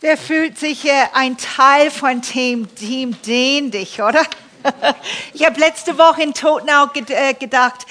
Wer fühlt sich ein Teil von Team Dehn dich, oder? Ich habe letzte Woche in Tottenau gedacht,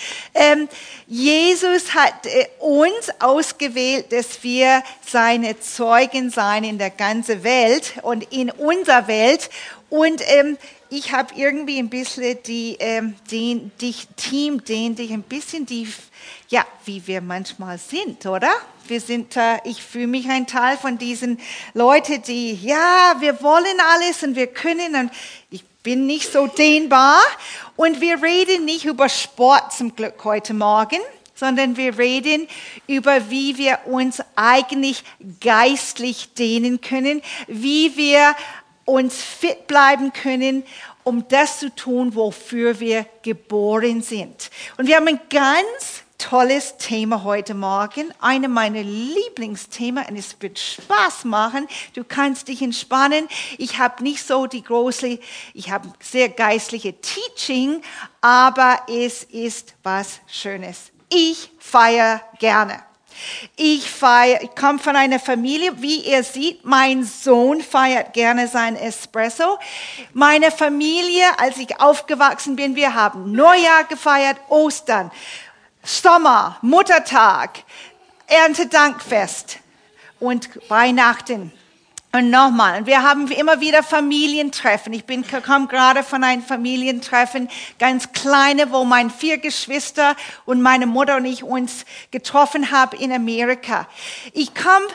Jesus hat uns ausgewählt, dass wir seine Zeugen sein in der ganzen Welt und in unserer Welt. Und ich habe irgendwie ein bisschen Team Dehn dich, ein bisschen ja, wie wir manchmal sind, oder? Ich fühle mich ein Teil von diesen Leuten, die, ja, wir wollen alles und wir können und ich bin nicht so dehnbar. Und wir reden nicht über Sport zum Glück heute Morgen, sondern wir reden über, wie wir uns eigentlich geistlich dehnen können, wie wir uns fit bleiben können, um das zu tun, wofür wir geboren sind. Und wir haben ein ganz tolles Thema heute Morgen, eine meiner Lieblingsthemen und es wird Spaß machen. Du kannst dich entspannen. Ich habe nicht so ich habe sehr geistliche Teaching, aber es ist was Schönes. Ich feiere gerne. Ich komme von einer Familie, wie ihr seht, mein Sohn feiert gerne sein Espresso. Meine Familie, als ich aufgewachsen bin, wir haben Neujahr gefeiert, Ostern, Sommer, Muttertag, Erntedankfest und Weihnachten. Und nochmal, wir haben immer wieder Familientreffen. Ich komme gerade von einem Familientreffen, ganz kleine, wo meine 4 Geschwister und meine Mutter und ich uns getroffen haben in Amerika. Ich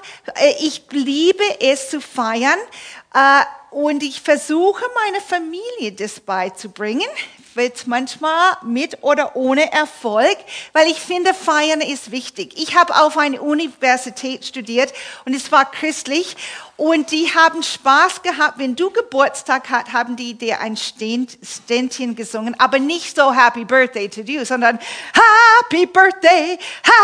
liebe es zu feiern und ich versuche meiner Familie das beizubringen. Wird manchmal mit oder ohne Erfolg, weil ich finde, Feiern ist wichtig. Ich habe auf einer Universität studiert und es war christlich und die haben Spaß gehabt. Wenn du Geburtstag hattest, haben die dir ein Ständchen gesungen, aber nicht so Happy Birthday to you, sondern Happy Birthday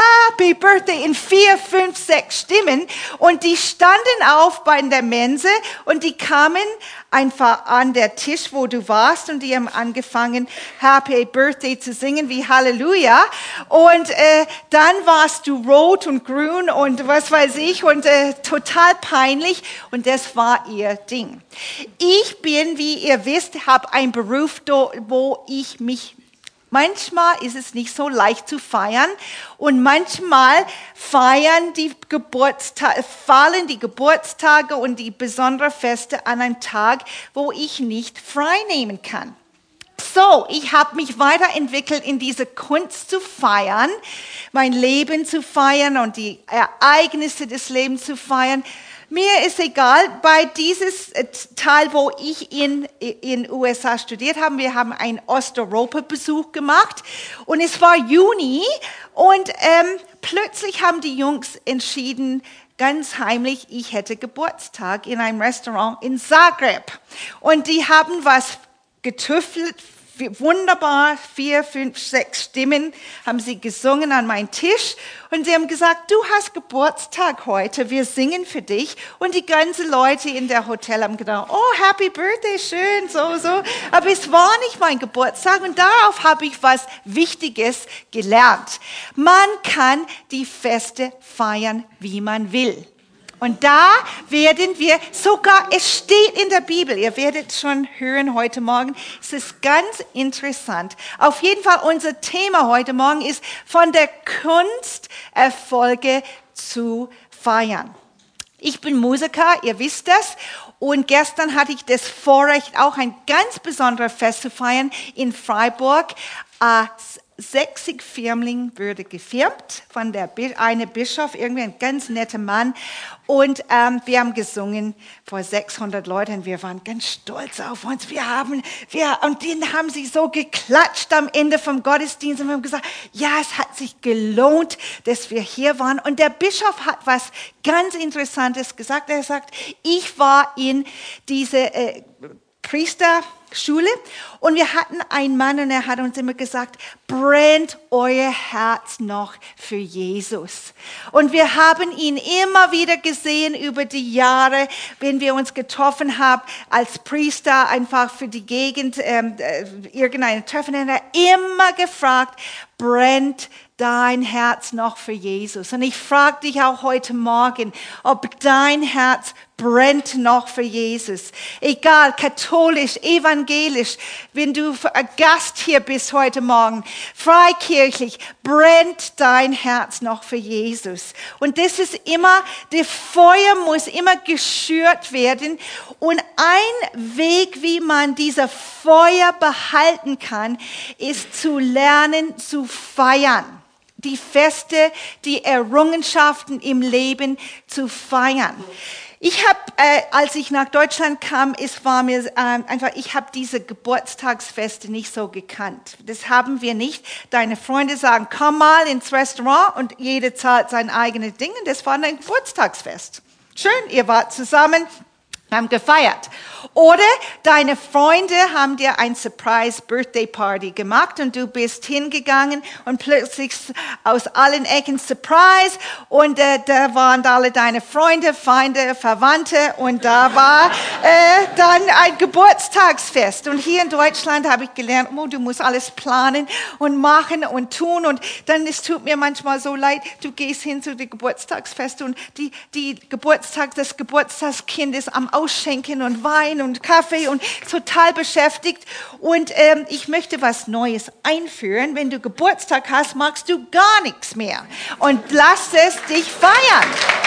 in 4, 5, 6 Stimmen und die standen auf bei der Mensa und die kamen einfach an der Tisch, wo du warst und die haben angefangen, Happy Birthday zu singen wie Halleluja und dann warst du rot und grün und was weiß ich und total peinlich und das war ihr Ding. Ich bin, wie ihr wisst, habe einen Beruf, wo ich mich manchmal ist es nicht so leicht zu feiern und manchmal fallen die Geburtstage und die besonderen Feste an einem Tag, wo ich nicht frei nehmen kann. So, ich habe mich weiterentwickelt in diese Kunst zu feiern, mein Leben zu feiern und die Ereignisse des Lebens zu feiern. Mir ist egal, bei dieses Teil, wo ich in USA studiert habe, wir haben einen Osteuropa-Besuch gemacht und es war Juni und plötzlich haben die Jungs entschieden, ganz heimlich, ich hätte Geburtstag in einem Restaurant in Zagreb und die haben was getüftelt, wunderbar, 4, 5, 6 Stimmen haben sie gesungen an meinem Tisch und sie haben gesagt, du hast Geburtstag heute, wir singen für dich und die ganzen Leute in der Hotel haben gedacht, oh, Happy Birthday, schön, so, aber es war nicht mein Geburtstag und darauf habe ich was Wichtiges gelernt. Man kann die Feste feiern, wie man will. Und da werden wir sogar, es steht in der Bibel, ihr werdet schon hören heute Morgen, es ist ganz interessant. Auf jeden Fall unser Thema heute Morgen ist von der Kunst, Erfolge zu feiern. Ich bin Musiker, ihr wisst das. Und gestern hatte ich das Vorrecht, auch ein ganz besonderes Fest zu feiern in Freiburg. 60 Firmling wurde gefirmt von einer Bischof, irgendwie ein ganz netter Mann. Und wir haben gesungen vor 600 Leuten. Wir waren ganz stolz auf uns. Und denen haben sie so geklatscht am Ende vom Gottesdienst. Und wir haben gesagt, ja, es hat sich gelohnt, dass wir hier waren. Und der Bischof hat was ganz Interessantes gesagt. Er sagt, ich war in diese Priesterschule und wir hatten einen Mann und er hat uns immer gesagt, brennt euer Herz noch für Jesus. Und wir haben ihn immer wieder gesehen über die Jahre, wenn wir uns getroffen haben als Priester, einfach für die Gegend, irgendeine Treffen, und er hat immer gefragt, brennt dein Herz noch für Jesus? Und ich frage dich auch heute Morgen, ob dein Herz brennt noch für Jesus. Egal, katholisch, evangelisch, wenn du Gast hier bist heute Morgen, freikirchlich, brennt dein Herz noch für Jesus. Und das ist immer, das Feuer muss immer geschürt werden. Und ein Weg, wie man dieser Feuer behalten kann, ist zu lernen, zu feiern. Die Feste, die Errungenschaften im Leben zu feiern. Ich habe, als ich nach Deutschland kam, ich habe diese Geburtstagsfeste nicht so gekannt. Das haben wir nicht. Deine Freunde sagen, komm mal ins Restaurant und jeder zahlt sein eigenes Ding. Und das war ein Geburtstagsfest. Schön, ihr wart zusammen, haben gefeiert. Oder deine Freunde haben dir ein Surprise-Birthday-Party gemacht und du bist hingegangen und plötzlich aus allen Ecken Surprise und da waren alle deine Freunde, Feinde, Verwandte und da war dann ein Geburtstagsfest. Und hier in Deutschland habe ich gelernt, du musst alles planen und machen und tun und dann es tut mir manchmal so leid, du gehst hin zu dem Geburtstagsfest und das Geburtstagskind ist am Ausschenken und Wein und Kaffee und total beschäftigt. Und ich möchte was Neues einführen. Wenn du Geburtstag hast, magst du gar nichts mehr. Und lass es dich feiern.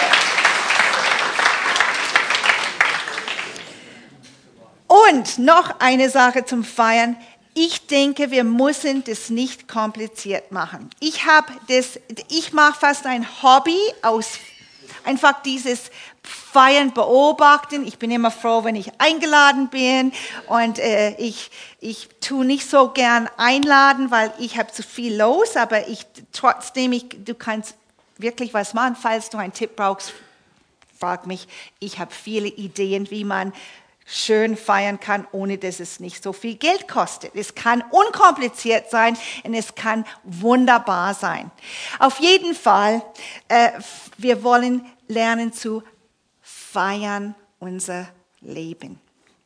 Und noch eine Sache zum Feiern. Ich denke, wir müssen das nicht kompliziert machen. Ich mache fast ein Hobby aus einfach dieses Feiern beobachten. Ich bin immer froh, wenn ich eingeladen bin und ich tue nicht so gern einladen, weil ich habe zu viel los, aber du kannst wirklich was machen. Falls du einen Tipp brauchst, frag mich. Ich habe viele Ideen, wie man schön feiern kann, ohne dass es nicht so viel Geld kostet. Es kann unkompliziert sein und es kann wunderbar sein. Auf jeden Fall, wir wollen lernen zu feiern unser Leben.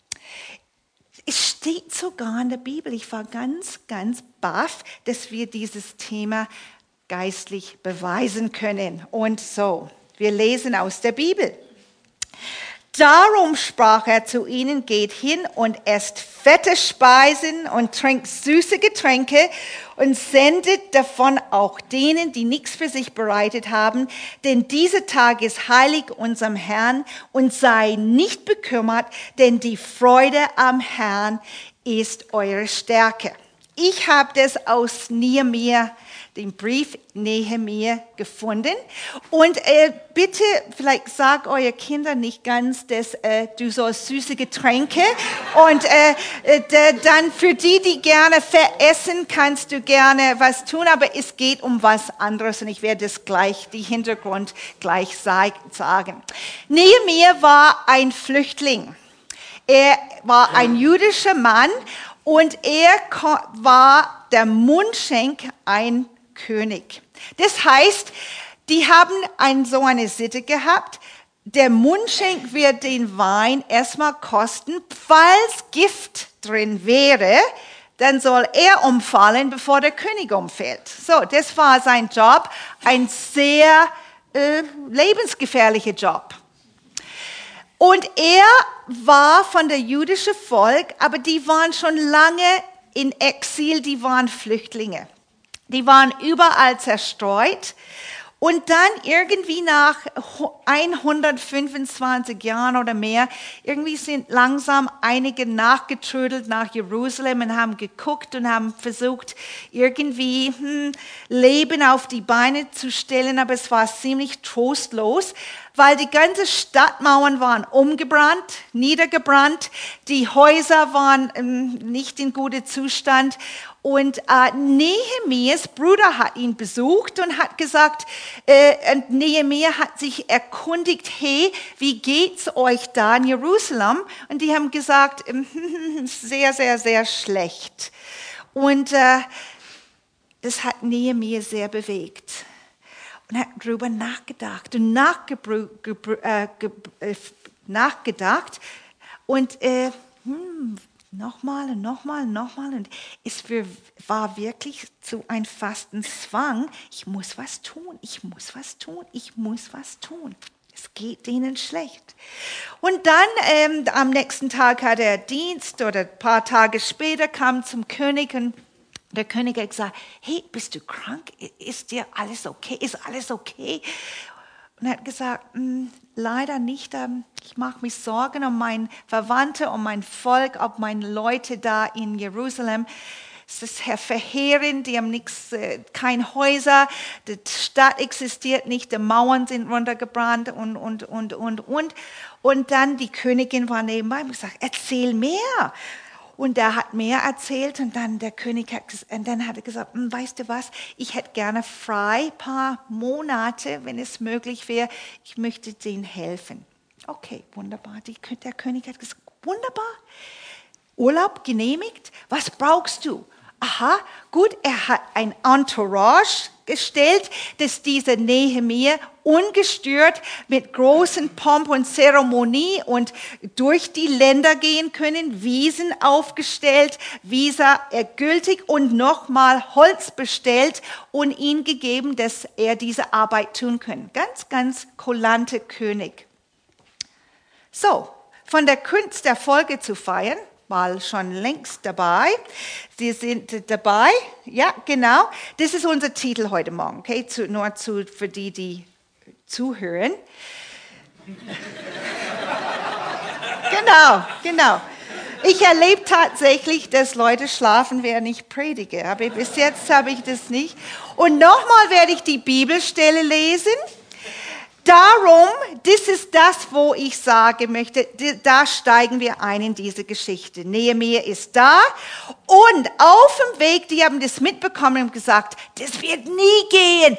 Es steht sogar in der Bibel, ich war ganz, ganz baff, dass wir dieses Thema geistlich beweisen können. Und so, wir lesen aus der Bibel. Darum sprach er zu ihnen, geht hin und esst fette Speisen und trinkt süße Getränke und sendet davon auch denen, die nichts für sich bereitet haben, denn dieser Tag ist heilig unserem Herrn und sei nicht bekümmert, denn die Freude am Herrn ist eure Stärke. Ich habe das aus Nehemia, den Brief Nehemia gefunden. Und bitte, vielleicht sag euer Kinder nicht ganz, dass du sollst süße Getränke. Und dann für die gerne veressen, kannst du gerne was tun. Aber es geht um was anderes und ich werde die Hintergrund gleich sagen. Nehemia war ein Flüchtling. Er war ein jüdischer Mann und er war der Mundschenk ein König. Das heißt, die haben so eine Sitte gehabt. Der Mundschenk wird den Wein erstmal kosten. Falls Gift drin wäre, dann soll er umfallen, bevor der König umfällt. So, das war sein Job. Ein sehr lebensgefährlicher Job. Und er war von der jüdischen Volk, aber die waren schon lange in Exil, die waren Flüchtlinge. Die waren überall zerstreut. Und dann irgendwie nach 125 Jahren oder mehr, irgendwie sind langsam einige nachgetrödelt nach Jerusalem und haben geguckt und haben versucht, irgendwie Leben auf die Beine zu stellen. Aber es war ziemlich trostlos, weil die ganzen Stadtmauern waren umgebrannt, niedergebrannt. Die Häuser waren nicht in gutem Zustand. Und Nehemias Bruder hat ihn besucht und hat gesagt, Nehemia hat sich erkundigt, hey, wie geht's euch da in Jerusalem? Und die haben gesagt, sehr, sehr, sehr schlecht. Und das hat Nehemia sehr bewegt. Und hat darüber nachgedacht und nachgedacht und nochmal. Und es war wirklich so ein Fastenzwang. Ich muss was tun. Es geht ihnen schlecht. Und dann am nächsten Tag hatte er Dienst oder ein paar Tage später kam zum König und der König hat gesagt, hey, bist du krank? Ist dir alles okay? Ist alles okay? Und er hat gesagt, leider nicht. Ich mache mich Sorgen um meine Verwandte, um mein Volk, um meine Leute da in Jerusalem. Es ist verheerend, die haben keine Häuser, die Stadt existiert nicht, die Mauern sind runtergebrannt und. Und dann die Königin war nebenbei und gesagt, erzähl mehr. Und er hat mehr erzählt und dann der König hat gesagt, weißt du was, ich hätte gerne frei, ein paar Monate, wenn es möglich wäre, ich möchte denen helfen. Okay, wunderbar. Der König hat gesagt, wunderbar, Urlaub genehmigt, was brauchst du? Aha, gut, er hat ein Entourage gestellt, dass dieser Nehemia ungestört mit großen Pomp und Zeremonie und durch die Länder gehen können, Wiesen aufgestellt, Visa gültig und nochmal Holz bestellt und ihm gegeben, dass er diese Arbeit tun kann. Ganz, ganz kulante König. So, von der Kunst der Folge zu feiern, mal schon längst dabei. Sie sind dabei, ja, genau. Das ist unser Titel heute Morgen, okay? Für die zuhören. Genau. Ich erlebe tatsächlich, dass Leute schlafen, während ich predige. Aber bis jetzt habe ich das nicht. Und nochmal werde ich die Bibelstelle lesen. Darum, das ist das, wo ich sagen möchte, da steigen wir ein in diese Geschichte. Nehemia ist da und auf dem Weg, die haben das mitbekommen und gesagt, das wird nie gehen.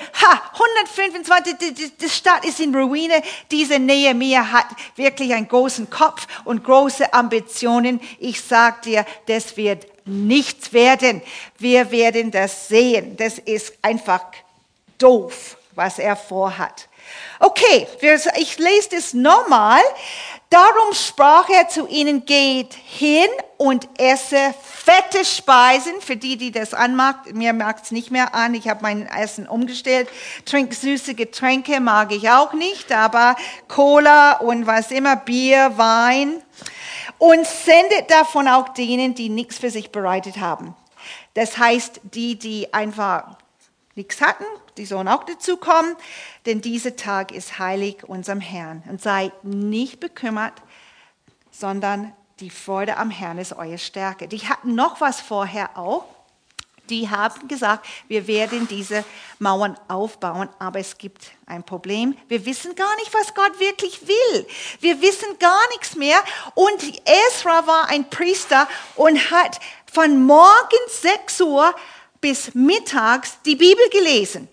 125, die Stadt ist in Ruine. Dieser Nehemia hat wirklich einen großen Kopf und große Ambitionen. Ich sage dir, das wird nichts werden. Wir werden das sehen. Das ist einfach doof, was er vorhat. Okay, ich lese das nochmal. Darum sprach er zu ihnen, geht hin und esse fette Speisen. Für die das anmacht, mir macht es nicht mehr an. Ich habe mein Essen umgestellt. Trink süße Getränke mag ich auch nicht, aber Cola und was immer, Bier, Wein. Und sendet davon auch denen, die nichts für sich bereitet haben. Das heißt, die einfach nichts hatten, die sollen auch dazu kommen, denn dieser Tag ist heilig unserem Herrn. Und sei nicht bekümmert, sondern die Freude am Herrn ist eure Stärke. Die hatten noch was vorher auch. Die haben gesagt, wir werden diese Mauern aufbauen, aber es gibt ein Problem. Wir wissen gar nicht, was Gott wirklich will. Wir wissen gar nichts mehr. Und Esra war ein Priester und hat von morgens 6 Uhr bis mittags die Bibel gelesen.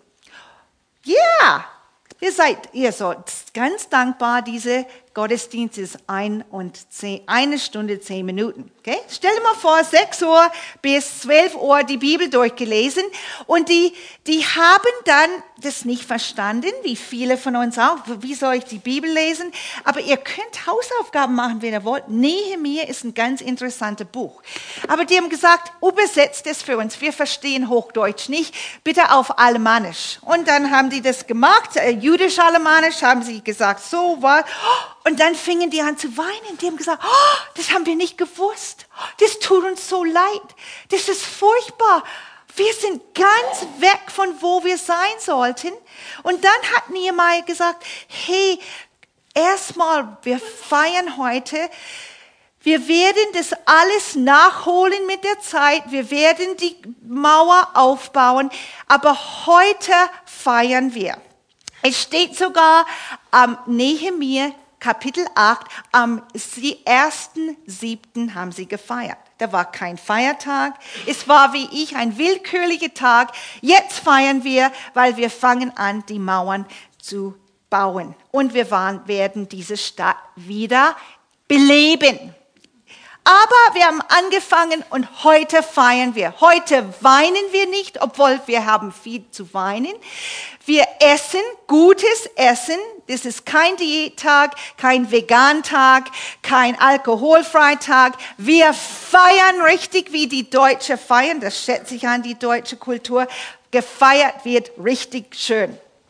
Ja, ihr seid ganz dankbar, diese Gottesdienst ist 1 Stunde 10 Minuten. Okay? Stell dir mal vor, 6 Uhr bis 12 Uhr die Bibel durchgelesen und die haben dann das nicht verstanden, wie viele von uns auch. Wie soll ich die Bibel lesen? Aber ihr könnt Hausaufgaben machen, wenn ihr wollt. Nehemia ist ein ganz interessantes Buch. Aber die haben gesagt, übersetzt es für uns. Wir verstehen Hochdeutsch nicht. Bitte auf Alemannisch. Und dann haben die das gemacht. Jüdisch-Alemannisch haben sie gesagt, so was. Und dann fingen die an zu weinen. Die haben gesagt, das haben wir nicht gewusst. Das tut uns so leid. Das ist furchtbar. Wir sind ganz weg von wo wir sein sollten. Und dann hat Nehemia gesagt, hey, erstmal, wir feiern heute. Wir werden das alles nachholen mit der Zeit. Wir werden die Mauer aufbauen. Aber heute feiern wir. Es steht sogar am Nehemia Kapitel 8, am 1.7. haben sie gefeiert. Da war kein Feiertag. Es war wie ein willkürlicher Tag. Jetzt feiern wir, weil wir fangen an, die Mauern zu bauen. Und wir werden diese Stadt wieder beleben. Aber wir haben angefangen und heute feiern wir. Heute weinen wir nicht, obwohl wir haben viel zu weinen. Wir essen gutes Essen. Das ist kein Diättag, kein Vegantag, kein Alkoholfreitag. Wir feiern richtig, wie die Deutschen feiern. Das schätze ich an die deutsche Kultur. Gefeiert wird richtig schön.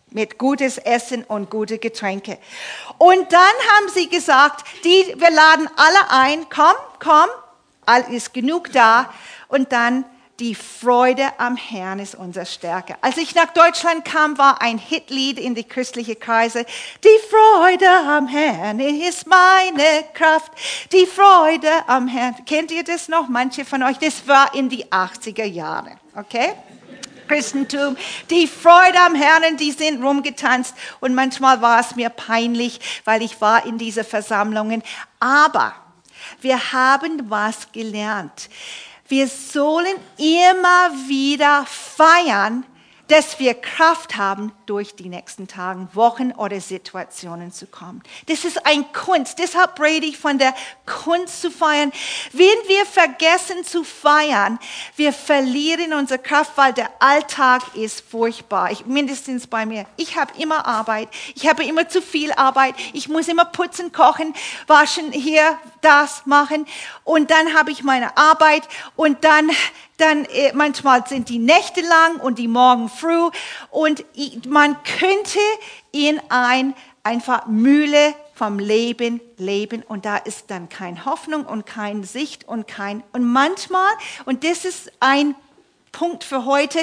mit gutes Essen und gute Getränke. Und dann haben sie gesagt, wir laden alle ein, komm, ist genug da. Und dann die Freude am Herrn ist unsere Stärke. Als ich nach Deutschland kam, war ein Hitlied in die christlichen Kreise. Die Freude am Herrn ist meine Kraft. Die Freude am Herrn. Kennt ihr das noch? Manche von euch? Das war in die 80er Jahre. Okay? Christentum. Die Freude am Herrn, die sind rumgetanzt. Und manchmal war es mir peinlich, weil ich war in diese Versammlungen. Aber wir haben was gelernt. Wir sollen immer wieder feiern, dass wir Kraft haben, durch die nächsten Tage, Wochen oder Situationen zu kommen. Das ist eine Kunst. Deshalb rede ich von der Kunst zu feiern. Wenn wir vergessen zu feiern, wir verlieren unsere Kraft, weil der Alltag ist furchtbar. Mindestens bei mir. Ich habe immer Arbeit. Ich habe immer zu viel Arbeit. Ich muss immer putzen, kochen, waschen, hier, das machen. Und dann habe ich meine Arbeit und dann manchmal sind die Nächte lang und die Morgen früh und man könnte in einfach Mühle vom Leben leben und da ist dann keine Hoffnung und keine Sicht und manchmal, und das ist ein Punkt für heute,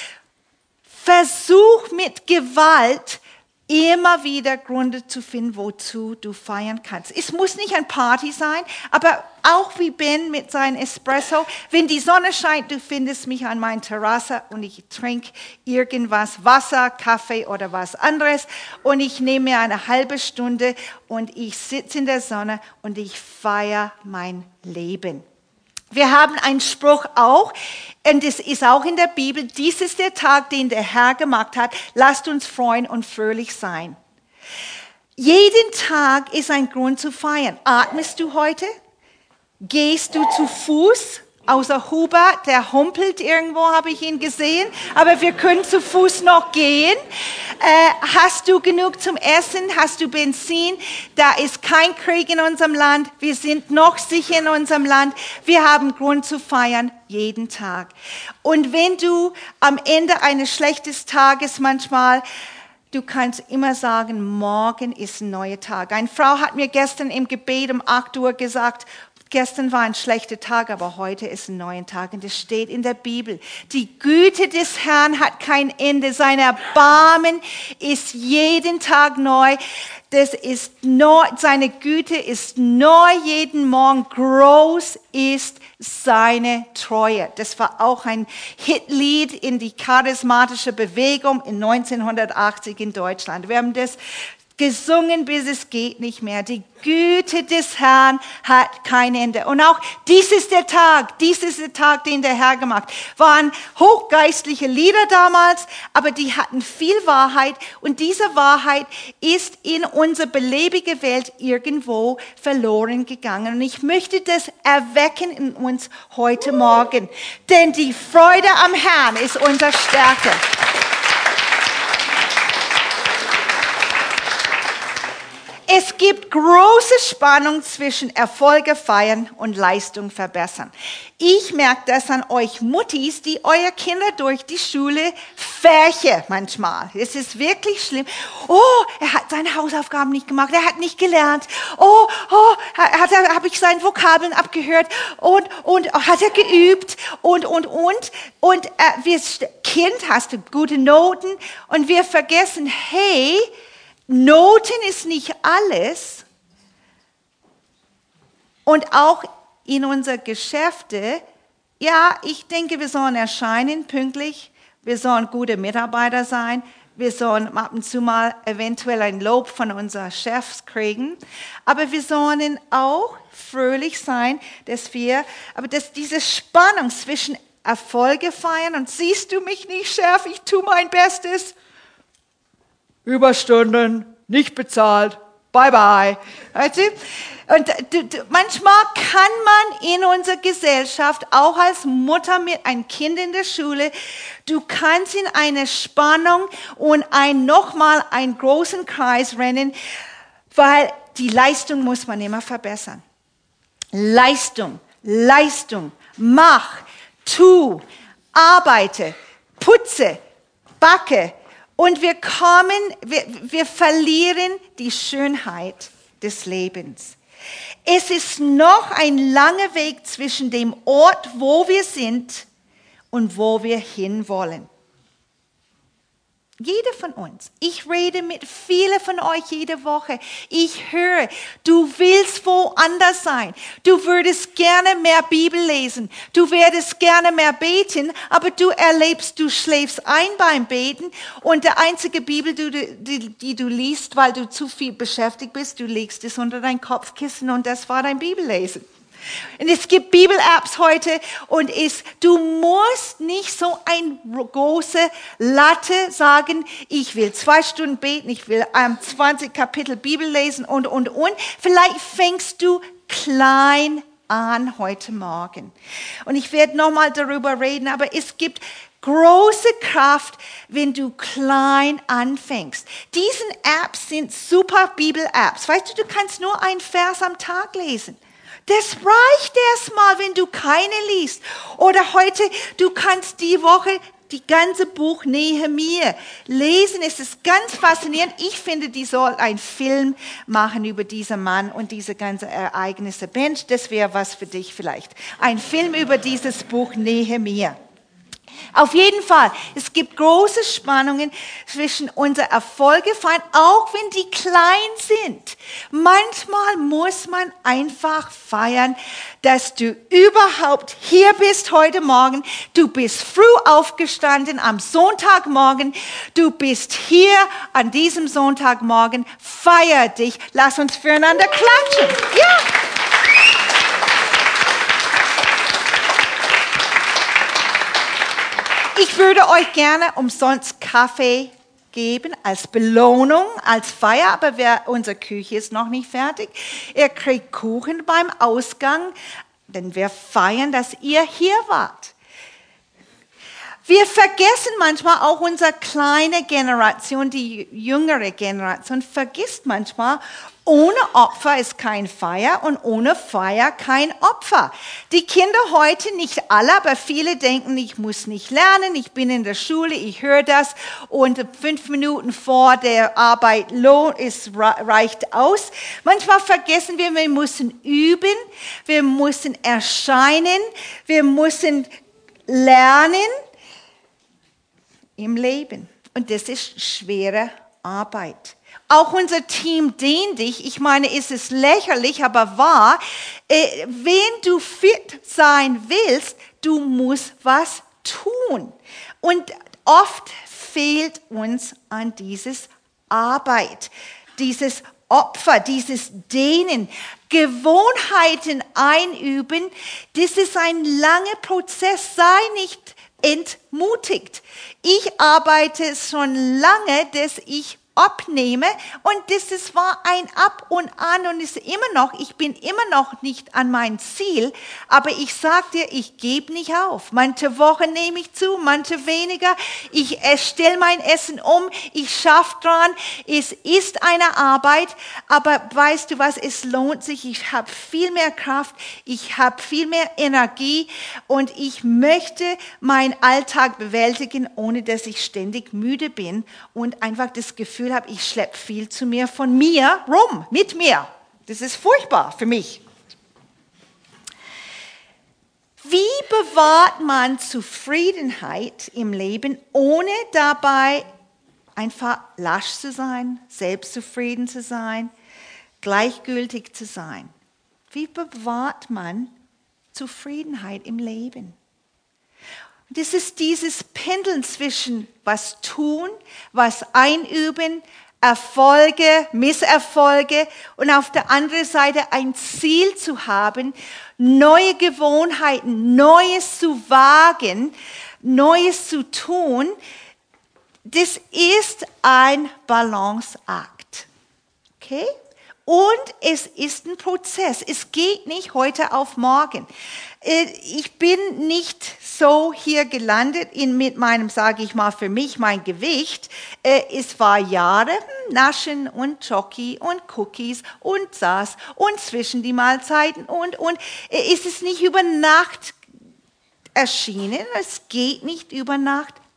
versuch mit Gewalt immer wieder Gründe zu finden, wozu du feiern kannst. Es muss nicht ein Party sein, aber auch wie Ben mit seinem Espresso, wenn die Sonne scheint, du findest mich an meiner Terrasse und ich trinke irgendwas, Wasser, Kaffee oder was anderes und ich nehme mir eine halbe Stunde und ich sitze in der Sonne und ich feiere mein Leben. Wir haben einen Spruch auch, und es ist auch in der Bibel, dies ist der Tag, den der Herr gemacht hat, lasst uns freuen und fröhlich sein. Jeden Tag ist ein Grund zu feiern. Atmest du heute? Gehst du zu Fuß? Außer Hubert, der humpelt irgendwo, habe ich ihn gesehen. Aber wir können zu Fuß noch gehen. Hast du genug zum Essen? Hast du Benzin? Da ist kein Krieg in unserem Land. Wir sind noch sicher in unserem Land. Wir haben Grund zu feiern jeden Tag. Und wenn du am Ende eines schlechten Tages manchmal, du kannst immer sagen, morgen ist ein neuer Tag. Eine Frau hat mir gestern im Gebet um 8 Uhr gesagt, gestern war ein schlechter Tag, aber heute ist ein neuer Tag. Und das steht in der Bibel. Die Güte des Herrn hat kein Ende. Sein Erbarmen ist jeden Tag neu. Seine Güte ist neu jeden Morgen. Groß ist seine Treue. Das war auch ein Hitlied in die charismatische Bewegung in 1980 in Deutschland. Wir haben das gesungen, bis es geht nicht mehr. Die Güte des Herrn hat kein Ende. Und auch dies ist der Tag, den der Herr gemacht. Waren hochgeistliche Lieder damals, aber die hatten viel Wahrheit. Und diese Wahrheit ist in unsere belebige Welt irgendwo verloren gegangen. Und ich möchte das erwecken in uns heute Morgen. Denn die Freude am Herrn ist unsere Stärke. Es gibt große Spannung zwischen Erfolge feiern und Leistung verbessern. Ich merke das an euch Muttis, die eure Kinder durch die Schule färchen manchmal. Es ist wirklich schlimm. Oh, er hat seine Hausaufgaben nicht gemacht, er hat nicht gelernt. Habe ich seine Vokabeln abgehört und hat er geübt und. Kind, hast du gute Noten und wir vergessen, hey, Noten ist nicht alles und auch in unseren Geschäften, ja, ich denke, wir sollen erscheinen pünktlich, wir sollen gute Mitarbeiter sein, wir sollen ab und zu mal eventuell ein Lob von unseren Chefs kriegen, aber wir sollen auch fröhlich sein, dass diese Spannung zwischen Erfolge feiern und siehst du mich nicht, Chef, ich tue mein Bestes. Überstunden, nicht bezahlt, bye bye. Weißt du? Und manchmal kann man in unserer Gesellschaft, auch als Mutter mit einem Kind in der Schule, du kannst in eine Spannung und nochmal einen großen Kreis rennen, weil die Leistung muss man immer verbessern. Leistung, mach, tu, arbeite, putze, backe, Und wir verlieren die Schönheit des Lebens. Es ist noch ein langer Weg zwischen dem Ort, wo wir sind und wo wir hinwollen. Jeder von uns. Ich rede mit vielen von euch jede Woche. Ich höre, du willst woanders sein. Du würdest gerne mehr Bibel lesen. Du würdest gerne mehr beten, aber du erlebst, du schläfst ein beim Beten und der einzige Bibel, die du liest, weil du zu viel beschäftigt bist, du legst es unter dein Kopfkissen und das war dein Bibellesen. Und es gibt Bibel-Apps heute und du musst nicht so ein große Latte sagen, ich will 2 Stunden beten, ich will 20 Kapitel Bibel lesen und. Vielleicht fängst du klein an heute Morgen. Und ich werde nochmal darüber reden, aber es gibt große Kraft, wenn du klein anfängst. Diesen Apps sind super Bibel-Apps. Weißt du kannst nur einen Vers am Tag lesen. Das reicht erstmal, wenn du keine liest. Oder heute, du kannst die Woche die ganze Buch Nehemia lesen. Es ist ganz faszinierend. Ich finde, die soll einen Film machen über diesen Mann und diese ganzen Ereignisse. Mensch, das wäre was für dich vielleicht. Ein Film über dieses Buch Nehemia. Auf jeden Fall, es gibt große Spannungen zwischen unseren Erfolgen, auch wenn die klein sind. Manchmal muss man einfach feiern, dass du überhaupt hier bist heute Morgen. Du bist früh aufgestanden am Sonntagmorgen. Du bist hier an diesem Sonntagmorgen. Feier dich. Lass uns füreinander klatschen. Ja. Ich würde euch gerne umsonst Kaffee geben als Belohnung, als Feier, aber unsere Küche ist noch nicht fertig. Ihr kriegt Kuchen beim Ausgang, denn wir feiern, dass ihr hier wart. Wir vergessen manchmal auch unsere kleine Generation, die jüngere Generation vergisst manchmal, ohne Opfer ist kein Feier und ohne Feier kein Opfer. Die Kinder heute, nicht alle, aber viele denken, ich muss nicht lernen, ich bin in der Schule, ich höre das und 5 Minuten vor der Arbeit reicht aus. Manchmal vergessen wir müssen üben, wir müssen erscheinen, wir müssen lernen im Leben. Und das ist schwere Arbeit. Auch unser Team dehnt dich. Ich meine, es ist lächerlich, aber wahr. Wenn du fit sein willst, du musst was tun. Und oft fehlt uns an dieses Arbeit, dieses Opfer, dieses Dehnen, Gewohnheiten einüben. Das ist ein langer Prozess. Sei nicht entmutigt. Ich arbeite schon lange, dass ich abnehme und das war ein Ab und An und ist immer noch, ich bin immer noch nicht an mein Ziel, aber ich sag dir, ich gebe nicht auf. Manche Wochen nehme ich zu, manche weniger. Ich stelle mein Essen um, ich schaffe dran. Es ist eine Arbeit, aber weißt du was, es lohnt sich. Ich habe viel mehr Kraft, ich habe viel mehr Energie und ich möchte meinen Alltag bewältigen, ohne dass ich ständig müde bin und einfach das Gefühl habe, ich schleppe viel zu mir von mir rum, mit mir. Das ist furchtbar für mich. Wie bewahrt man Zufriedenheit im Leben, ohne dabei einfach lasch zu sein, selbstzufrieden zu sein, gleichgültig zu sein? Wie bewahrt man Zufriedenheit im Leben? Das ist dieses Pendeln zwischen was tun, was einüben, Erfolge, Misserfolge und auf der anderen Seite ein Ziel zu haben, neue Gewohnheiten, Neues zu wagen, Neues zu tun. Das ist ein Balanceakt. Okay? Und es ist ein Prozess. Es geht nicht heute auf morgen. Ich bin nicht so hier gelandet mit meinem, sage ich mal, für mich mein Gewicht. Es war Jahre Naschen und Jockey und Cookies und das und zwischen die Mahlzeiten und. Es ist nicht über Nacht erschienen. Es geht nicht über Nacht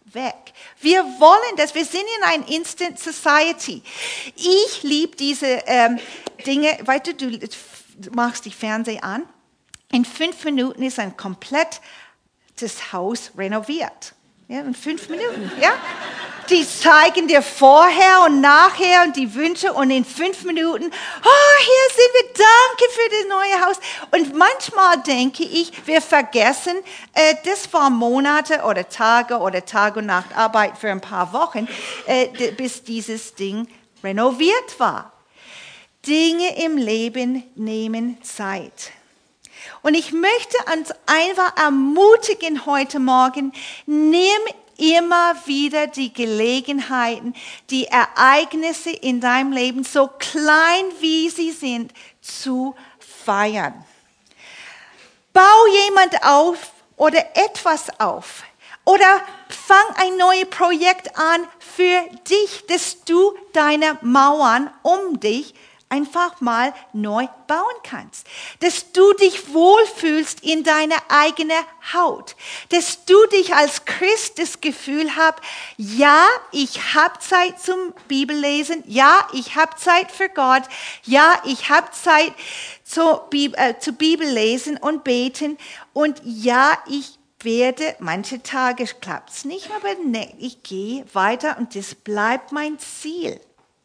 weg. Wir wollen das. Wir sind in einer Instant Society. Ich liebe diese Dinge. Weißt du machst die Fernseher an. In 5 Minuten ist ein komplettes Haus renoviert. Ja, in 5 Minuten, ja. Die zeigen dir vorher und nachher und die Wünsche und in 5 Minuten, hier sind wir, danke für das neue Haus. Und manchmal denke ich, wir vergessen, das war Monate oder Tag und Nacht Arbeit für ein paar Wochen, bis dieses Ding renoviert war. Dinge im Leben nehmen Zeit. Und ich möchte uns einfach ermutigen heute Morgen, nimm immer wieder die Gelegenheiten, die Ereignisse in deinem Leben, so klein wie sie sind, zu feiern. Bau jemand auf oder etwas auf. Oder fang ein neues Projekt an für dich, dass du deine Mauern um dich einfach mal neu bauen kannst. Dass du dich wohlfühlst in deiner eigenen Haut. Dass du dich als Christ das Gefühl hast, ja, ich habe Zeit zum Bibellesen. Ja, ich habe Zeit für Gott. Ja, ich habe Zeit zu Bibellesen und beten. Und ja, ich werde, manche Tage klappt es nicht, aber ich gehe weiter und das bleibt mein Ziel.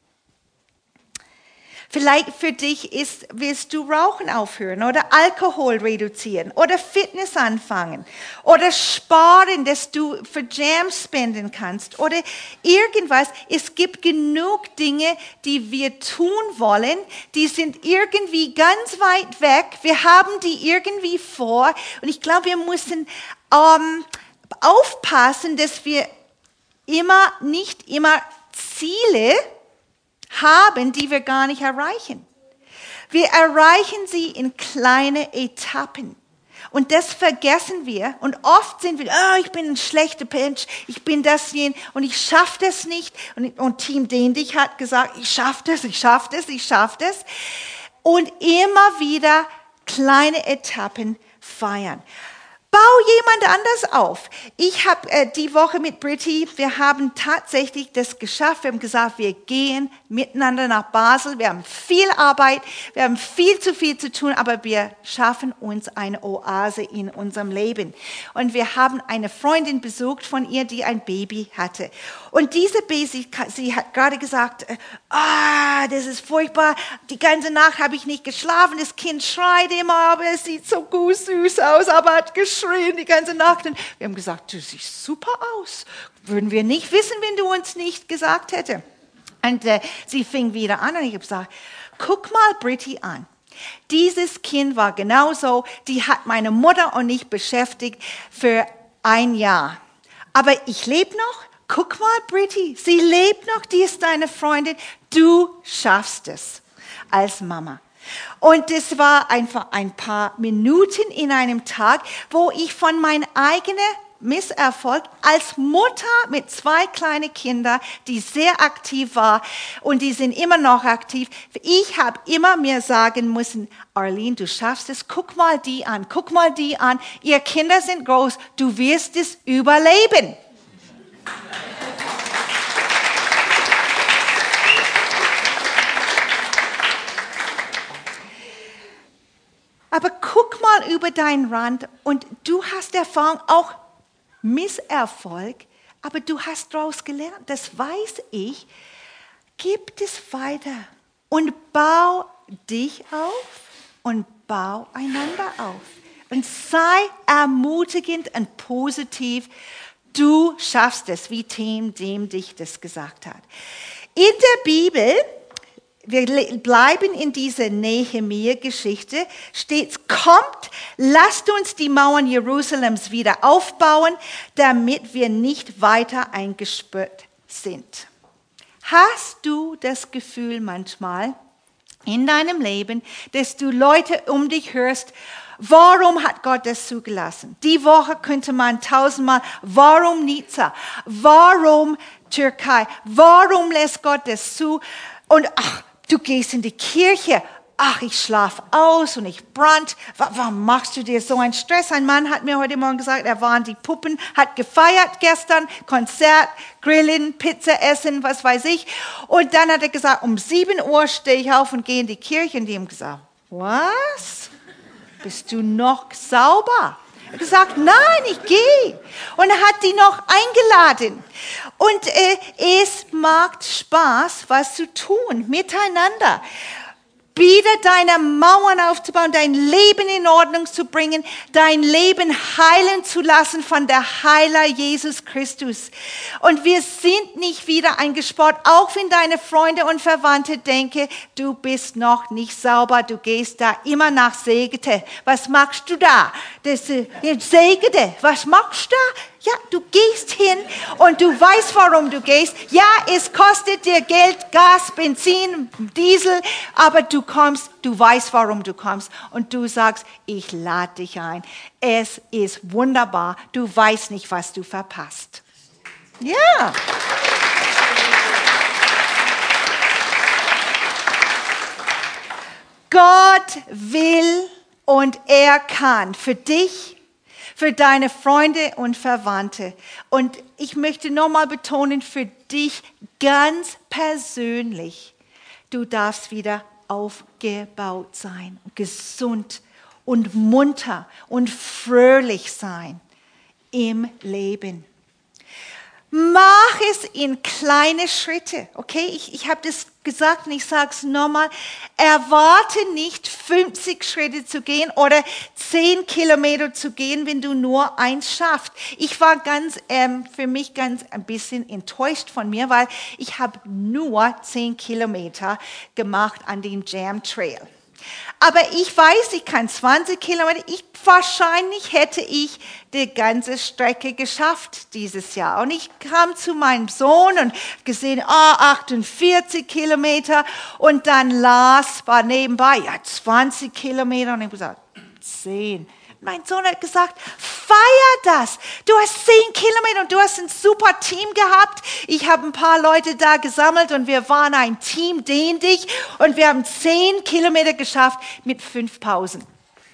Vielleicht für dich willst du Rauchen aufhören oder Alkohol reduzieren oder Fitness anfangen oder sparen, dass du für Jams spenden kannst oder irgendwas. Es gibt genug Dinge, die wir tun wollen, die sind irgendwie ganz weit weg. Wir haben die irgendwie vor und ich glaube, wir müssen aufpassen, dass wir nicht immer Ziele haben, die wir gar nicht erreichen. Wir erreichen sie in kleine Etappen. Und das vergessen wir. Und oft sind wir, ich bin ein schlechter Mensch, ich bin dasjenige und ich schaffe das nicht. Und Team Dändig hat gesagt, ich schaffe das. Und immer wieder kleine Etappen feiern. Bau jemand anders auf. Ich habe die Woche mit Britti, wir haben tatsächlich das geschafft. Wir haben gesagt, wir gehen miteinander nach Basel. Wir haben viel Arbeit, wir haben viel zu tun, aber wir schaffen uns eine Oase in unserem Leben. Und wir haben eine Freundin besucht von ihr, die ein Baby hatte. Und diese Baby, sie hat gerade gesagt, das ist furchtbar. Die ganze Nacht habe ich nicht geschlafen. Das Kind schreit immer, aber es sieht so gut süß aus, aber hat geschrien die ganze Nacht. Und wir haben gesagt, du siehst super aus. Würden wir nicht wissen, wenn du uns nicht gesagt hättest. Und sie fing wieder an und ich habe gesagt, guck mal Britti an. Dieses Kind war genauso, die hat meine Mutter und ich beschäftigt für 1 Jahr. Aber ich lebe noch. Guck mal, Britti, sie lebt noch, die ist deine Freundin. Du schaffst es als Mama. Und das war einfach ein paar Minuten in einem Tag, wo ich von meinem eigenen Misserfolg als Mutter mit 2 kleinen Kindern, die sehr aktiv war und die sind immer noch aktiv. Ich habe immer mir sagen müssen, Arlene, du schaffst es, guck mal die an, ihr Kinder sind groß, du wirst es überleben. Aber guck mal über deinen Rand und du hast Erfahrung, auch Misserfolg, aber du hast daraus gelernt, das weiß ich. Gib es weiter und bau dich auf und bau einander auf. Und sei ermutigend und positiv. Du schaffst es, wie dem dich das gesagt hat. In der Bibel, wir bleiben in dieser Nehemia-Geschichte, steht, kommt, lasst uns die Mauern Jerusalems wieder aufbauen, damit wir nicht weiter eingesperrt sind. Hast du das Gefühl manchmal in deinem Leben, dass du Leute um dich hörst, warum hat Gott das zugelassen? Die Woche könnte man 1000-mal, warum Nizza? Warum Türkei? Warum lässt Gott das zu? Und du gehst in die Kirche. ach, ich schlafe aus und ich brand. Warum machst du dir so einen Stress? Ein Mann hat mir heute Morgen gesagt, er war an die Puppen, hat gefeiert gestern, Konzert, Grillen, Pizza essen, was weiß ich. Und dann hat er gesagt, um 7 Uhr stehe ich auf und gehe in die Kirche. Und die haben gesagt, was? Bist du noch sauber? Er hat gesagt, nein, ich gehe. Und er hat die noch eingeladen. Und es macht Spaß, was zu tun, miteinander. Wieder deine Mauern aufzubauen, dein Leben in Ordnung zu bringen, dein Leben heilen zu lassen von der Heiler Jesus Christus. Und wir sind nicht wieder eingespart, auch wenn deine Freunde und Verwandte denken, du bist noch nicht sauber, du gehst da immer nach Segete. Was machst du da? Segete, was machst du da? Ja, du gehst hin und du weißt, warum du gehst. Ja, es kostet dir Geld, Gas, Benzin, Diesel, aber du kommst, du weißt, warum du kommst. Und du sagst, ich lade dich ein. Es ist wunderbar. Du weißt nicht, was du verpasst. Ja. Gott will und er kann für dich, für deine Freunde und Verwandte. Und ich möchte nochmal betonen, für dich ganz persönlich, du darfst wieder aufgebaut sein, gesund und munter und fröhlich sein im Leben. Mach es in kleine Schritte, okay? Ich habe das gesagt und ich sage es nochmal. Erwarte nicht 50 Schritte zu gehen oder 10 Kilometer zu gehen, wenn du nur eins schaffst. Ich war für mich ganz ein bisschen enttäuscht von mir, weil ich habe nur 10 Kilometer gemacht an dem Jam Trail. Aber ich weiß, ich kann 20 Kilometer, wahrscheinlich hätte ich die ganze Strecke geschafft dieses Jahr. Und ich kam zu meinem Sohn und gesehen, 48 Kilometer. Und dann Lars war nebenbei, 20 Kilometer. Und ich habe gesagt, 10. Mein Sohn hat gesagt, feier das. Du hast 10 Kilometer und du hast ein super Team gehabt. Ich habe ein paar Leute da gesammelt und wir waren ein Team, dehn dich. Und wir haben 10 Kilometer geschafft mit 5 Pausen.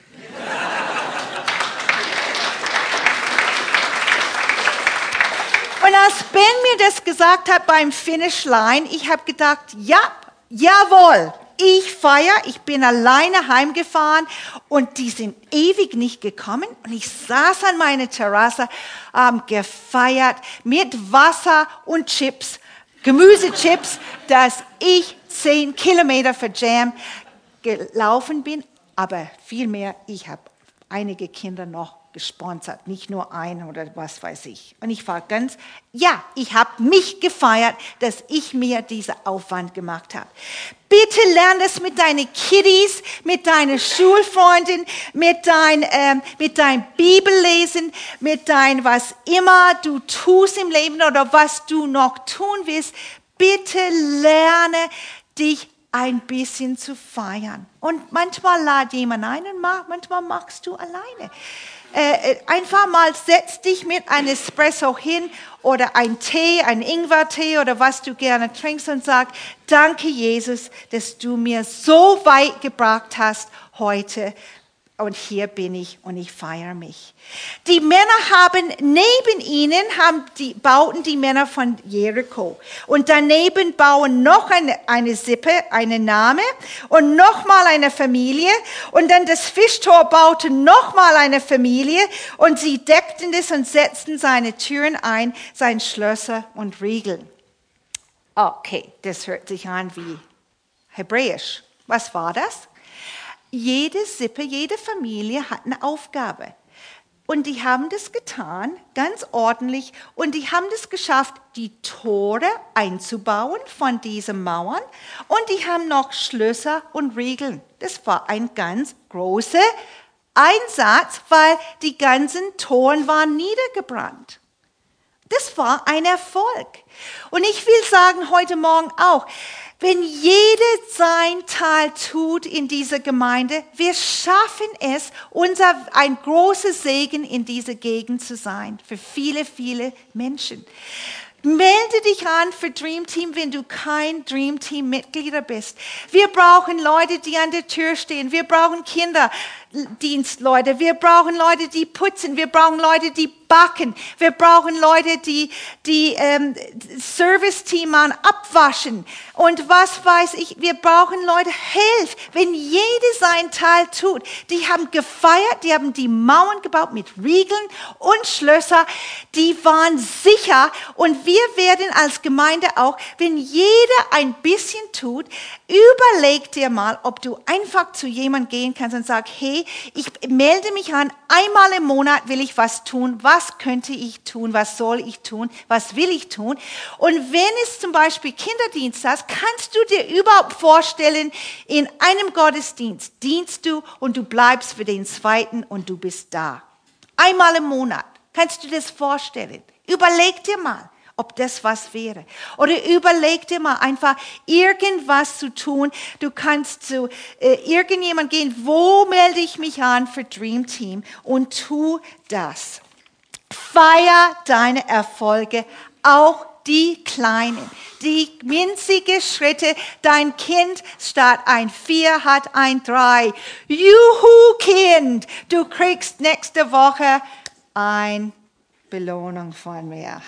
Und als Ben mir das gesagt hat beim Finish Line, ich habe gedacht, ja, jawohl. Ich feiere, ich bin alleine heimgefahren und die sind ewig nicht gekommen. Und ich saß an meiner Terrasse, gefeiert mit Wasser und Chips, Gemüsechips, dass ich 10 Kilometer für Jam gelaufen bin. Aber vielmehr, ich habe einige Kinder noch gesponsert, nicht nur einen oder was weiß ich. Und ich war ich habe mich gefeiert, dass ich mir diesen Aufwand gemacht habe. Bitte lern das mit deinen Kiddies, mit deiner Schulfreundin, mit dein Bibellesen, mit dein was immer du tust im Leben oder was du noch tun willst. Bitte lerne dich ein bisschen zu feiern. Und manchmal lad jemand ein und manchmal machst du alleine. Einfach mal setz dich mit einem Espresso hin oder ein Tee, ein Ingwertee oder was du gerne trinkst und sag, danke Jesus, dass du mir so weit gebracht hast heute. Und hier bin ich und ich feiere mich. Die Männer haben neben ihnen, bauten die Männer von Jericho. Und daneben bauen noch eine Sippe, eine Name und nochmal eine Familie. Und dann das Fischtor baute nochmal eine Familie. Und sie deckten das und setzten seine Türen ein, seine Schlösser und Riegel. Okay, das hört sich an wie Hebräisch. Was war das? Jede Sippe, jede Familie hat eine Aufgabe. Und die haben das getan, ganz ordentlich. Und die haben das geschafft, die Tore einzubauen von diesen Mauern. Und die haben noch Schlösser und Riegel. Das war ein ganz großer Einsatz, weil die ganzen Toren waren niedergebrannt. Das war ein Erfolg. Und ich will sagen heute Morgen auch, wenn jeder sein Teil tut in dieser Gemeinde, wir schaffen es, ein großer Segen in dieser Gegend zu sein, für viele, viele Menschen. Melde dich an für Dream Team, wenn du kein Dream Team Mitglieder bist. Wir brauchen Leute, die an der Tür stehen. Wir brauchen Kinderdienstleute. Wir brauchen Leute, die putzen. Wir brauchen Leute, die backen. Wir brauchen Leute, die Service-Team an, abwaschen. Und was weiß ich, wir brauchen Leute, helf, wenn jeder seinen Teil tut. Die haben gefeiert, die haben die Mauern gebaut mit Riegeln und Schlösser. Die waren sicher. Und wir werden als Gemeinde auch, wenn jeder ein bisschen tut, überleg dir mal, ob du einfach zu jemandem gehen kannst und sagst, hey, ich melde mich an, einmal im Monat will ich was tun. Was könnte ich tun? Was soll ich tun? Was will ich tun? Und wenn es zum Beispiel Kinderdienst hast, kannst du dir überhaupt vorstellen, in einem Gottesdienst dienst du und du bleibst für den zweiten und du bist da. Einmal im Monat. Kannst du das vorstellen? Überleg dir mal, ob das was wäre. Oder überleg dir mal einfach irgendwas zu tun. Du kannst zu irgendjemand gehen, wo melde ich mich an für Dream Team und tu das. Feier deine Erfolge, auch die kleinen, die winzigen Schritte. Dein Kind statt ein 4 hat ein 3. Juhu, Kind, du kriegst nächste Woche eine Belohnung von mir.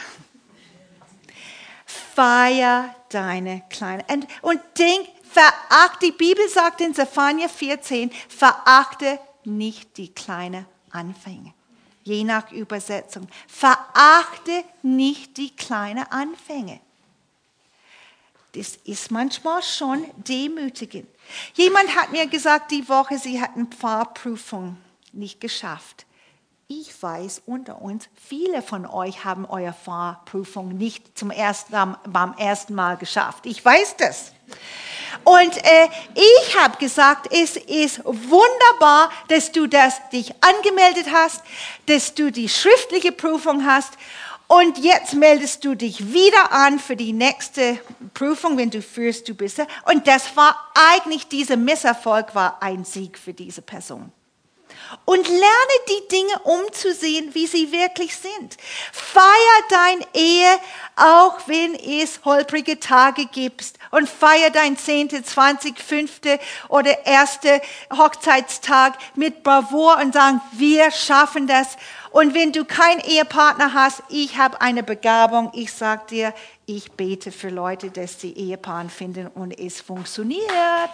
Feier deine kleinen. Und denk, die Bibel sagt in Zephania 4,10, verachte nicht die kleinen Anfänge. Je nach Übersetzung. Verachte nicht die kleinen Anfänge. Das ist manchmal schon demütigend. Jemand hat mir gesagt die Woche, sie hat eine Fahrprüfung nicht geschafft. Ich weiß unter uns, viele von euch haben eure Fahrprüfung nicht beim ersten Mal geschafft. Ich weiß das. Und ich habe gesagt, es ist wunderbar, dass du dich angemeldet hast, dass du die schriftliche Prüfung hast und jetzt meldest du dich wieder an für die nächste Prüfung, wenn du fühlst, du bist. Und das war eigentlich, dieser Misserfolg war ein Sieg für diese Person. Und lerne die Dinge umzusehen, wie sie wirklich sind. Feier deine Ehe, auch wenn es holprige Tage gibt. Und feier dein 10., 20., 5. oder 1. Hochzeitstag mit Bravour und sagen, wir schaffen das. Und wenn du keinen Ehepartner hast, ich habe eine Begabung, ich sage dir, ich bete für Leute, dass sie Ehepaare finden und es funktioniert.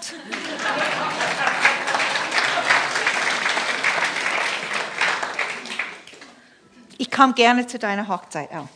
Ich komme gerne zu deiner Hochzeit auch.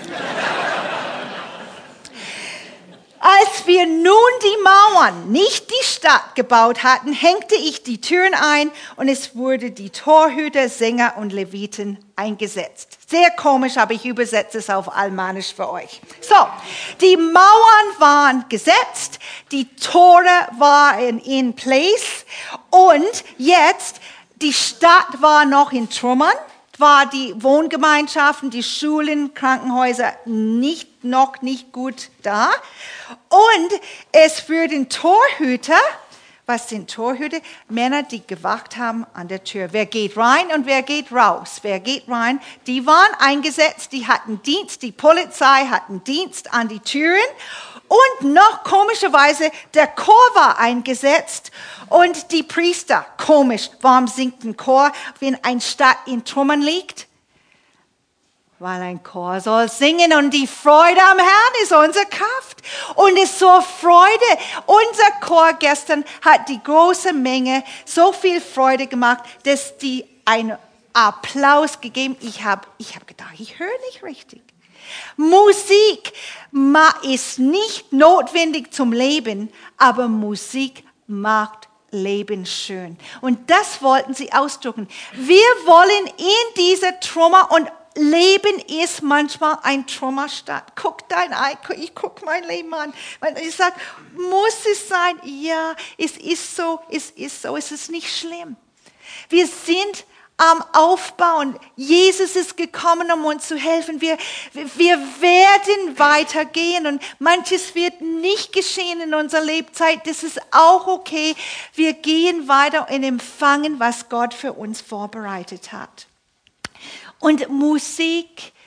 Als wir nun die Mauern, nicht die Stadt gebaut hatten, hängte ich die Türen ein und es wurde die Torhüter, Sänger und Leviten eingesetzt. Sehr komisch, aber ich übersetze es auf Almanisch für euch. So, die Mauern waren gesetzt, die Tore waren in place und jetzt, die Stadt war noch in Trümmern. War die Wohngemeinschaften, die Schulen, Krankenhäuser noch nicht gut da. Und es würden Torhüter, was sind Torhüter? Männer, die gewacht haben an der Tür. Wer geht rein und wer geht raus? Wer geht rein? Die waren eingesetzt, die hatten Dienst, die Polizei hatten Dienst an die Türen. Und noch komischerweise, der Chor war eingesetzt und die Priester, komisch, warum singt ein Chor, wenn eine Stadt in Trümmern liegt? Weil ein Chor soll singen und die Freude am Herrn ist unsere Kraft. Und es ist so Freude. Unser Chor gestern hat die große Menge so viel Freude gemacht, dass die einen Applaus gegeben. Ich hab gedacht, ich höre nicht richtig. Musik ist nicht notwendig zum Leben, aber Musik macht Leben schön. Und das wollten sie ausdrücken. Wir wollen in dieser Trümmer und Leben ist manchmal ein Trümmerstadt. Ich guck mein Leben an. Ich sage, muss es sein? Ja, es ist so, es ist nicht schlimm. Wir sind am Aufbauen. Jesus ist gekommen, um uns zu helfen. Wir werden weitergehen und manches wird nicht geschehen in unserer Lebzeit. Das ist auch okay. Wir gehen weiter und empfangen, was Gott für uns vorbereitet hat. Und Musik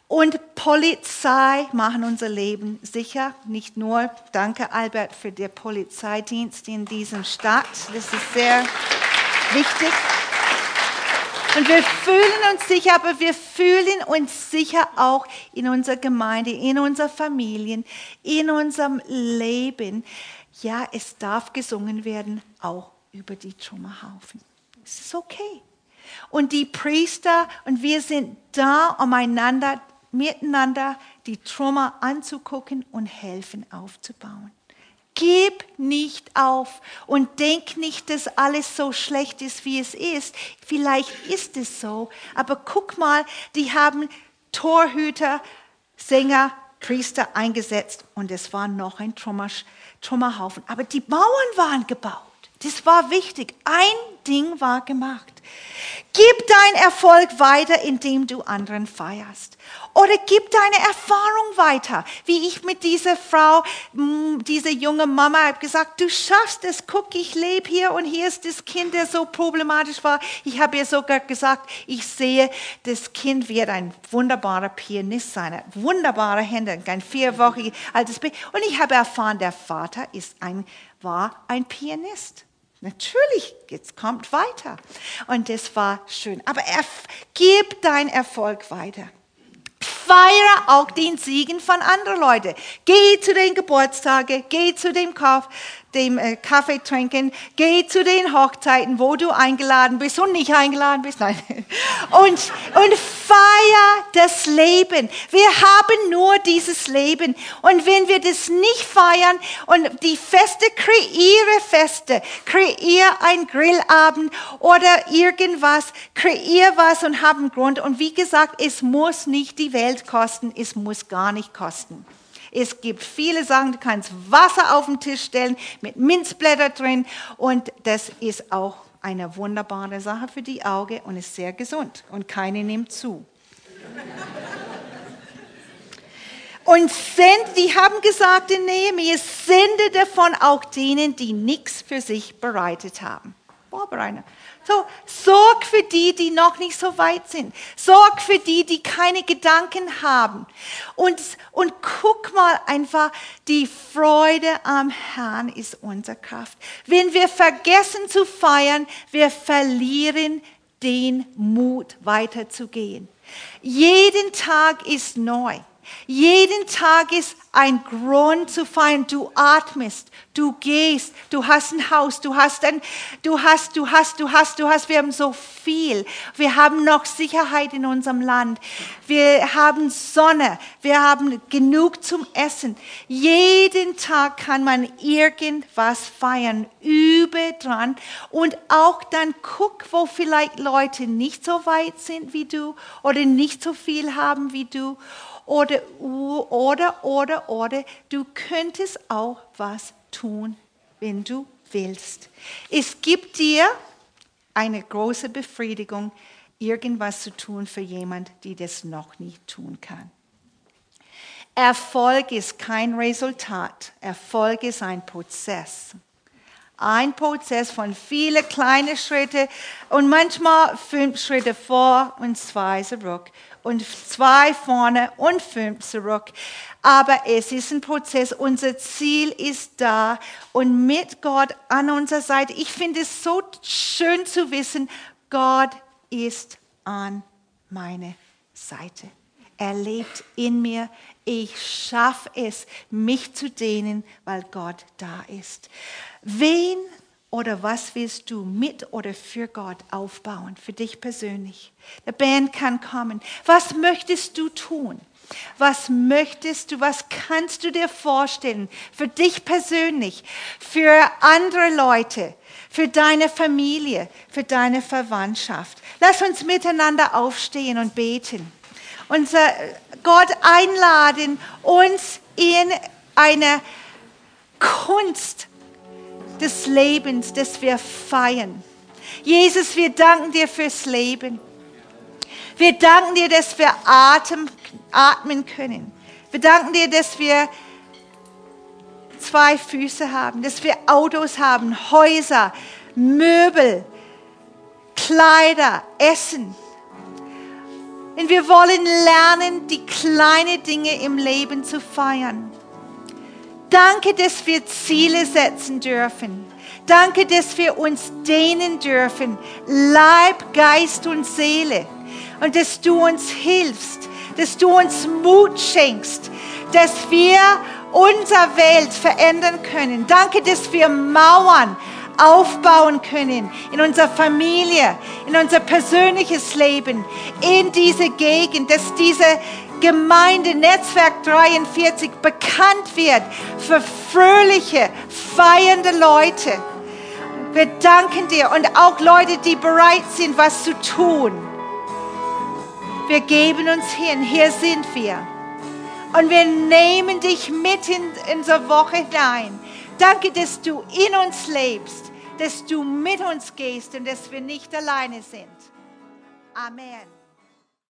Und Polizei machen unser Leben sicher. Nicht nur, danke Albert für den Polizeidienst in diesem Stadt. Das ist sehr wichtig. Und wir fühlen uns sicher, aber wir fühlen uns sicher auch in unserer Gemeinde, in unseren Familien, in unserem Leben. Ja, es darf gesungen werden, auch über die Trümmerhaufen. Es ist okay. Und die Priester und wir sind da, um miteinander die Trümmer anzugucken und helfen aufzubauen. Gib nicht auf und denk nicht, dass alles so schlecht ist, wie es ist. Vielleicht ist es so, aber guck mal, die haben Torhüter, Sänger, Priester eingesetzt und es war noch ein Trümmerhaufen. Aber die Mauern waren gebaut. Das war wichtig. Ein Ding war gemacht. Gib deinen Erfolg weiter, indem du anderen feierst. Oder gib deine Erfahrung weiter. Wie ich mit dieser Frau, diese junge Mama, habe gesagt, du schaffst es. Guck, ich lebe hier und hier ist das Kind, der so problematisch war. Ich habe ihr sogar gesagt, ich sehe, das Kind wird ein wunderbarer Pianist sein. Hat wunderbare Hände, ein 4 Wochen altes Baby. Und ich habe erfahren, der Vater war ein Pianist. Natürlich, jetzt kommt weiter. Und das war schön. Aber gib deinen Erfolg weiter. Feiere auch den Siegen von anderen Leuten. Geh zu den Geburtstagen, geh zu dem Kaffee trinken, geh zu den Hochzeiten, wo du eingeladen bist und nicht eingeladen bist. Nein. Und feier das Leben. Wir haben nur dieses Leben. Und wenn wir das nicht feiern und die Feste, kreiere einen Grillabend oder irgendwas, kreiere was und hab einen Grund. Und wie gesagt, es muss nicht die Welt kosten, es muss gar nicht kosten. Es gibt viele Sachen, du kannst Wasser auf den Tisch stellen mit Minzblätter drin und das ist auch eine wunderbare Sache für die Augen und ist sehr gesund und keine nimmt zu. Und die haben gesagt in Nehemia, sende davon auch denen, die nichts für sich bereitet haben. Vorbereiten. So, sorg für die, die noch nicht so weit sind. Sorg für die, die keine Gedanken haben. Und guck mal einfach, die Freude am Herrn ist unsere Kraft. Wenn wir vergessen zu feiern, wir verlieren den Mut, weiterzugehen. Jeden Tag ist neu. Jeden Tag ist ein Grund zu feiern. Du atmest, du gehst, du hast ein Haus, wir haben so viel. Wir haben noch Sicherheit in unserem Land. Wir haben Sonne, wir haben genug zum Essen. Jeden Tag kann man irgendwas feiern, übe dran und auch dann guck, wo vielleicht Leute nicht so weit sind wie du oder nicht so viel haben wie du. Oder du könntest auch was tun, wenn du willst. Es gibt dir eine große Befriedigung, irgendwas zu tun für jemanden, die das noch nicht tun kann. Erfolg ist kein Resultat. Erfolg ist ein Prozess. Ein Prozess von vielen kleinen Schritten und manchmal 5 Schritte vor und 2 zurück. Und 2 vorne und 5 zurück. Aber es ist ein Prozess. Unser Ziel ist da und mit Gott an unserer Seite. Ich finde es so schön zu wissen, Gott ist an meiner Seite. Er lebt in mir. Ich schaffe es, mich zu dehnen, weil Gott da ist. Wen oder was willst du mit oder für Gott aufbauen, für dich persönlich? Der Band kann kommen. Was möchtest du tun? Was kannst du dir vorstellen für dich persönlich, für andere Leute, für deine Familie, für deine Verwandtschaft? Lass uns miteinander aufstehen und beten. Unser Gott einladen, uns in eine Kunst des Lebens, das wir feiern. Jesus, wir danken dir fürs Leben. Wir danken dir, dass wir atmen können. Wir danken dir, dass wir 2 Füße haben, dass wir Autos haben, Häuser, Möbel, Kleider, Essen. Und wir wollen lernen, die kleinen Dinge im Leben zu feiern. Danke, dass wir Ziele setzen dürfen. Danke, dass wir uns dehnen dürfen, Leib, Geist und Seele. Und dass du uns hilfst, dass du uns Mut schenkst, dass wir unsere Welt verändern können. Danke, dass wir Mauern aufbauen können in unserer Familie, in unser persönliches Leben, in diese Gegend, dass diese Gemeinde Netzwerk 43 bekannt wird für fröhliche, feiernde Leute. Wir danken dir und auch Leute, die bereit sind, was zu tun. Wir geben uns hin, hier sind wir. Und wir nehmen dich mit in unsere Woche hinein. Danke, dass du in uns lebst, dass du mit uns gehst und dass wir nicht alleine sind. Amen.